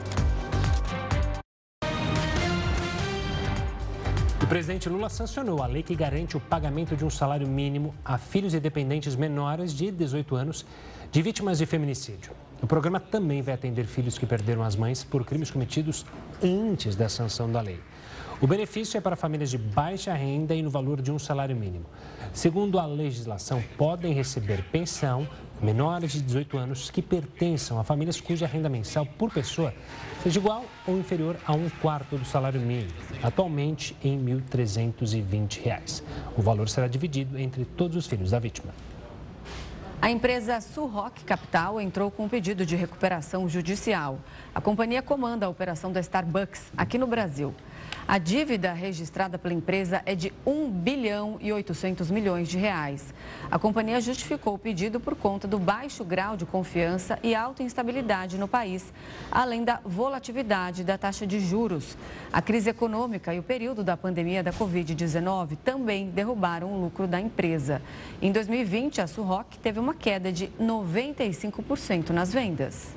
O presidente Lula sancionou a lei que garante o pagamento de um salário mínimo a filhos e dependentes menores de dezoito anos de vítimas de feminicídio. O programa também vai atender filhos que perderam as mães por crimes cometidos antes da sanção da lei. O benefício é para famílias de baixa renda e no valor de um salário mínimo. Segundo a legislação, podem receber pensão menores de dezoito anos que pertençam a famílias cuja renda mensal por pessoa seja igual ou inferior a um quarto do salário mínimo, atualmente em mil trezentos e vinte reais. O valor será dividido entre todos os filhos da vítima. A empresa Surrock Capital entrou com um pedido de recuperação judicial. A companhia comanda a operação da Starbucks aqui no Brasil. A dívida registrada pela empresa é de um bilhão e oitocentos milhões de reais. A companhia justificou o pedido por conta do baixo grau de confiança e alta instabilidade no país, além da volatilidade da taxa de juros. A crise econômica e o período da pandemia da covid dezenove também derrubaram o lucro da empresa. Em dois mil e vinte, a Surroc teve uma queda de noventa e cinco por cento nas vendas.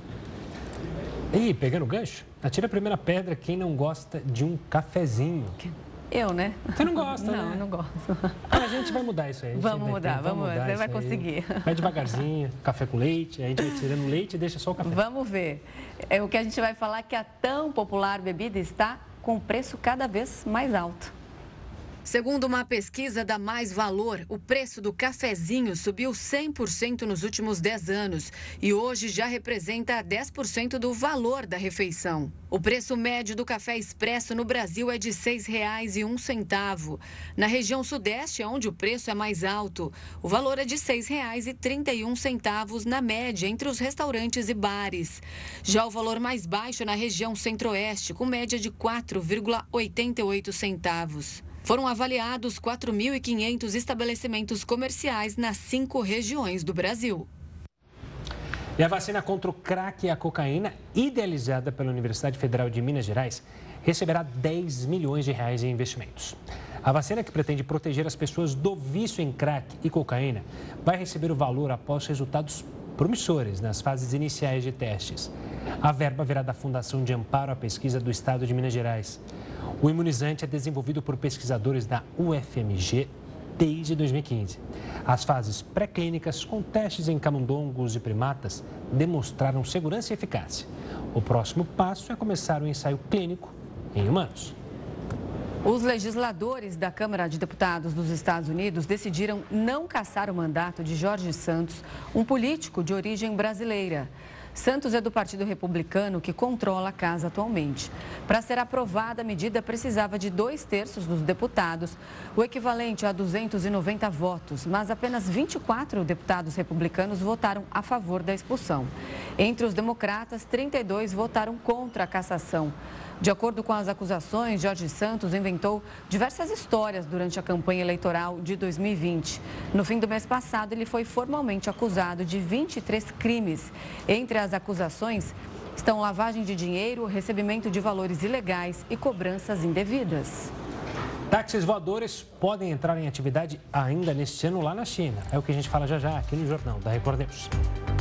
E pegando o gancho, atira a primeira pedra quem não gosta de um cafezinho. Eu, né? Você não gosta, não, né? Não, eu não gosto. A gente vai mudar isso aí. Vamos mudar, tempo, vamos, mudar você vai aí. conseguir. Vai devagarzinho, café com leite, aí a gente vai tirando leite e deixa só o café. Vamos ver. É, o que a gente vai falar é que a tão popular bebida está com preço cada vez mais alto. Segundo uma pesquisa da Mais Valor, o preço do cafezinho subiu cem por cento nos últimos dez anos e hoje já representa dez por cento do valor da refeição. O preço médio do café expresso no Brasil é de seis reais e um centavo. Na região sudeste, onde o preço é mais alto, o valor é de seis reais e trinta e um centavos na média entre os restaurantes e bares. Já o valor mais baixo é na região centro-oeste, com média de quatro vírgula oitenta e oito centavos. Foram avaliados quatro mil e quinhentos estabelecimentos comerciais nas cinco regiões do Brasil. E a vacina contra o crack e a cocaína, idealizada pela Universidade Federal de Minas Gerais, receberá dez milhões de reais em investimentos. A vacina, que pretende proteger as pessoas do vício em crack e cocaína, vai receber o valor após resultados promissores nas fases iniciais de testes. A verba virá da Fundação de Amparo à Pesquisa do Estado de Minas Gerais. O imunizante é desenvolvido por pesquisadores da U F M G desde dois mil e quinze. As fases pré-clínicas com testes em camundongos e primatas demonstraram segurança e eficácia. O próximo passo é começar o ensaio clínico em humanos. Os legisladores da Câmara de Deputados dos Estados Unidos decidiram não cassar o mandato de George Santos, um político de origem brasileira. Santos é do Partido Republicano, que controla a casa atualmente. Para ser aprovada, a medida precisava de dois terços dos deputados, o equivalente a duzentos e noventa votos, mas apenas vinte e quatro deputados republicanos votaram a favor da expulsão. Entre os democratas, trinta e dois votaram contra a cassação. De acordo com as acusações, George Santos inventou diversas histórias durante a campanha eleitoral de dois mil e vinte. No fim do mês passado, ele foi formalmente acusado de vinte e três crimes. Entre as acusações estão lavagem de dinheiro, recebimento de valores ilegais e cobranças indevidas. Táxis voadores podem entrar em atividade ainda neste ano lá na China. É o que a gente fala já já aqui no Jornal da Record News.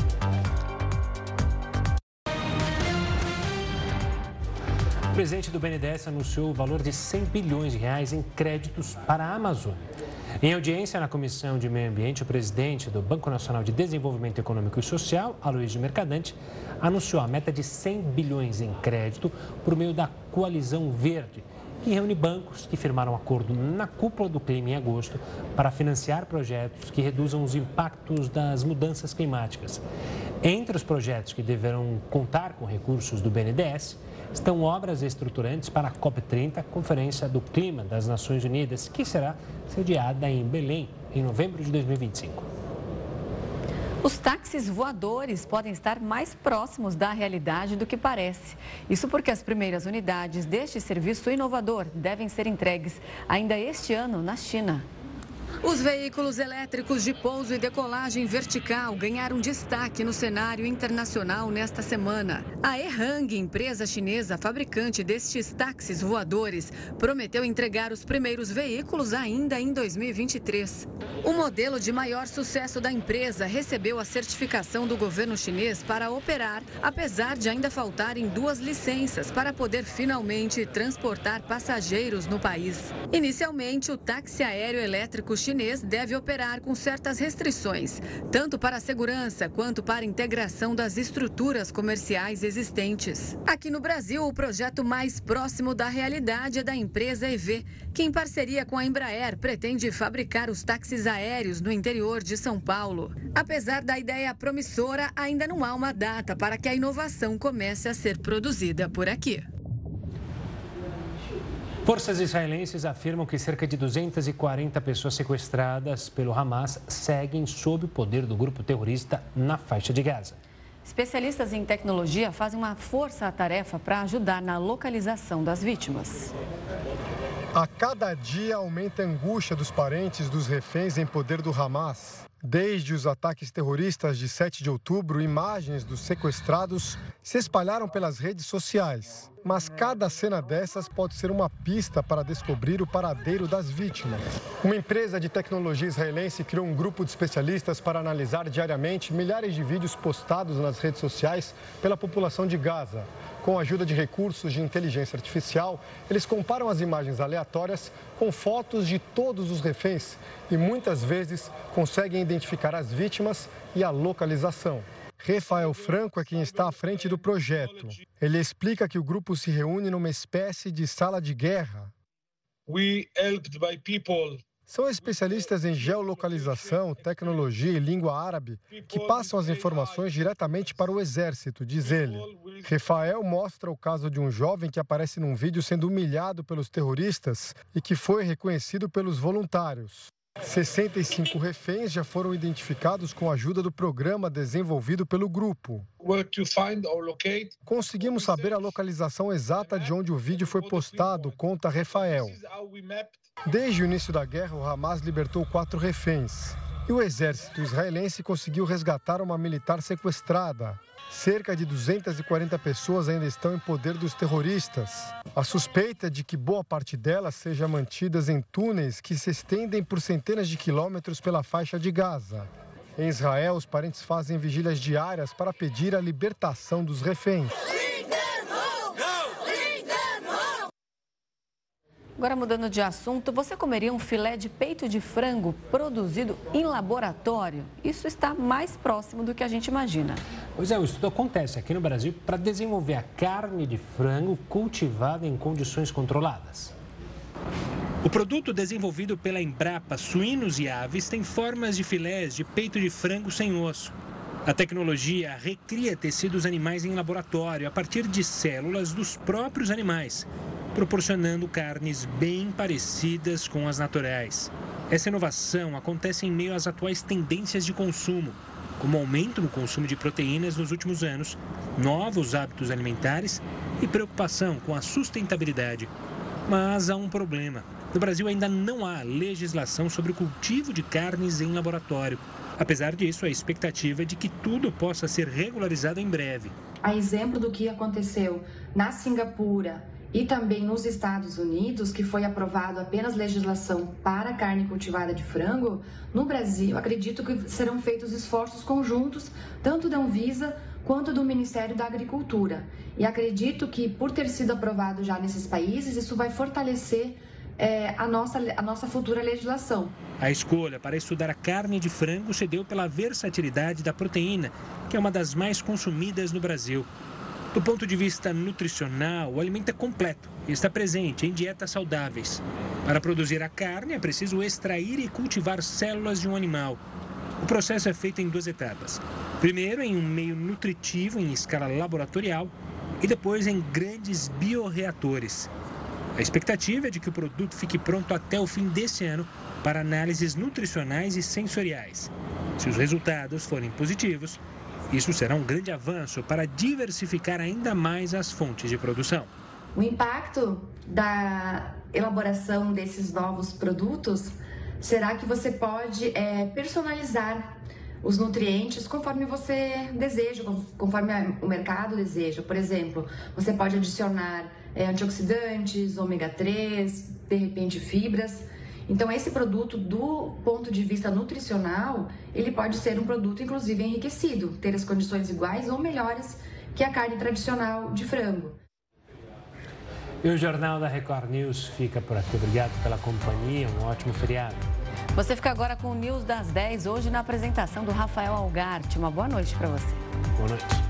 O presidente do B N D E S anunciou o valor de cem bilhões de reais em créditos para a Amazônia. Em audiência na Comissão de Meio Ambiente, o presidente do Banco Nacional de Desenvolvimento Econômico e Social, Aloysio Mercadante, anunciou a meta de cem bilhões em crédito por meio da Coalizão Verde, que reúne bancos que firmaram acordo na cúpula do clima em agosto para financiar projetos que reduzam os impactos das mudanças climáticas. Entre os projetos que deverão contar com recursos do B N D E S, estão obras estruturantes para a COP trinta, Conferência do Clima das Nações Unidas, que será sediada em Belém, em novembro de dois mil e vinte e cinco. Os táxis voadores podem estar mais próximos da realidade do que parece. Isso porque as primeiras unidades deste serviço inovador devem ser entregues ainda este ano na China. Os veículos elétricos de pouso e decolagem vertical ganharam destaque no cenário internacional nesta semana. A Ehang, empresa chinesa fabricante destes táxis voadores, prometeu entregar os primeiros veículos ainda em dois mil e vinte e três. O modelo de maior sucesso da empresa recebeu a certificação do governo chinês para operar, apesar de ainda faltarem duas licenças para poder finalmente transportar passageiros no país. Inicialmente, o táxi aéreo elétrico chinês deve operar com certas restrições, tanto para a segurança quanto para a integração das estruturas comerciais existentes. Aqui no Brasil, o projeto mais próximo da realidade é da empresa E V, que em parceria com a Embraer pretende fabricar os táxis aéreos no interior de São Paulo. Apesar da ideia promissora, ainda não há uma data para que a inovação comece a ser produzida por aqui. Forças israelenses afirmam que cerca de duzentas e quarenta pessoas sequestradas pelo Hamas seguem sob o poder do grupo terrorista na faixa de Gaza. Especialistas em tecnologia fazem uma força-tarefa para ajudar na localização das vítimas. A cada dia aumenta a angústia dos parentes dos reféns em poder do Hamas. Desde os ataques terroristas de sete de outubro, imagens dos sequestrados se espalharam pelas redes sociais. Mas cada cena dessas pode ser uma pista para descobrir o paradeiro das vítimas. Uma empresa de tecnologia israelense criou um grupo de especialistas para analisar diariamente milhares de vídeos postados nas redes sociais pela população de Gaza. Com a ajuda de recursos de inteligência artificial, eles comparam as imagens aleatórias com fotos de todos os reféns e muitas vezes conseguem identificar as vítimas e a localização. Rafael Franco é quem está à frente do projeto. Ele explica que o grupo se reúne numa espécie de sala de guerra. We helped by people. São especialistas em geolocalização, tecnologia e língua árabe que passam as informações diretamente para o exército, diz ele. Rafael mostra o caso de um jovem que aparece num vídeo sendo humilhado pelos terroristas e que foi reconhecido pelos voluntários. sessenta e cinco reféns já foram identificados com a ajuda do programa desenvolvido pelo grupo. Conseguimos saber a localização exata de onde o vídeo foi postado, conta Rafael. Desde o início da guerra, o Hamas libertou quatro reféns. E o exército israelense conseguiu resgatar uma militar sequestrada. Cerca de duzentas e quarenta pessoas ainda estão em poder dos terroristas. A suspeita é de que boa parte delas seja mantidas em túneis que se estendem por centenas de quilômetros pela faixa de Gaza. Em Israel, os parentes fazem vigílias diárias para pedir a libertação dos reféns. Agora, mudando de assunto, você comeria um filé de peito de frango produzido em laboratório? Isso está mais próximo do que a gente imagina. Pois é, o estudo acontece aqui no Brasil para desenvolver a carne de frango cultivada em condições controladas. O produto desenvolvido pela Embrapa Suínos e Aves tem formas de filés de peito de frango sem osso. A tecnologia recria tecidos animais em laboratório a partir de células dos próprios animais, proporcionando carnes bem parecidas com as naturais. Essa inovação acontece em meio às atuais tendências de consumo, como aumento no consumo de proteínas nos últimos anos, novos hábitos alimentares e preocupação com a sustentabilidade. Mas há um problema. No Brasil ainda não há legislação sobre o cultivo de carnes em laboratório. Apesar disso, a expectativa é de que tudo possa ser regularizado em breve. A exemplo do que aconteceu na Singapura e também nos Estados Unidos, que foi aprovado apenas legislação para carne cultivada de frango, no Brasil, acredito que serão feitos esforços conjuntos, tanto da Anvisa quanto do Ministério da Agricultura. E acredito que, por ter sido aprovado já nesses países, isso vai fortalecer é, a, nossa, a nossa futura legislação. A escolha para estudar a carne de frango se deu pela versatilidade da proteína, que é uma das mais consumidas no Brasil. Do ponto de vista nutricional, o alimento é completo e está presente em dietas saudáveis. Para produzir a carne, é preciso extrair e cultivar células de um animal. O processo é feito em duas etapas. Primeiro, em um meio nutritivo em escala laboratorial e depois em grandes bioreatores. A expectativa é de que o produto fique pronto até o fim desse ano para análises nutricionais e sensoriais. Se os resultados forem positivos, isso será um grande avanço para diversificar ainda mais as fontes de produção. O impacto da elaboração desses novos produtos será que você pode é, personalizar os nutrientes conforme você deseja, conforme o mercado deseja. Por exemplo, você pode adicionar é, antioxidantes, ômega três, de repente fibras. Então, esse produto, do ponto de vista nutricional, ele pode ser um produto, inclusive, enriquecido, ter as condições iguais ou melhores que a carne tradicional de frango. E o Jornal da Record News fica por aqui. Obrigado pela companhia, um ótimo feriado. Você fica agora com o News das dez, hoje na apresentação do Rafael Algarte. Uma boa noite para você. Boa noite.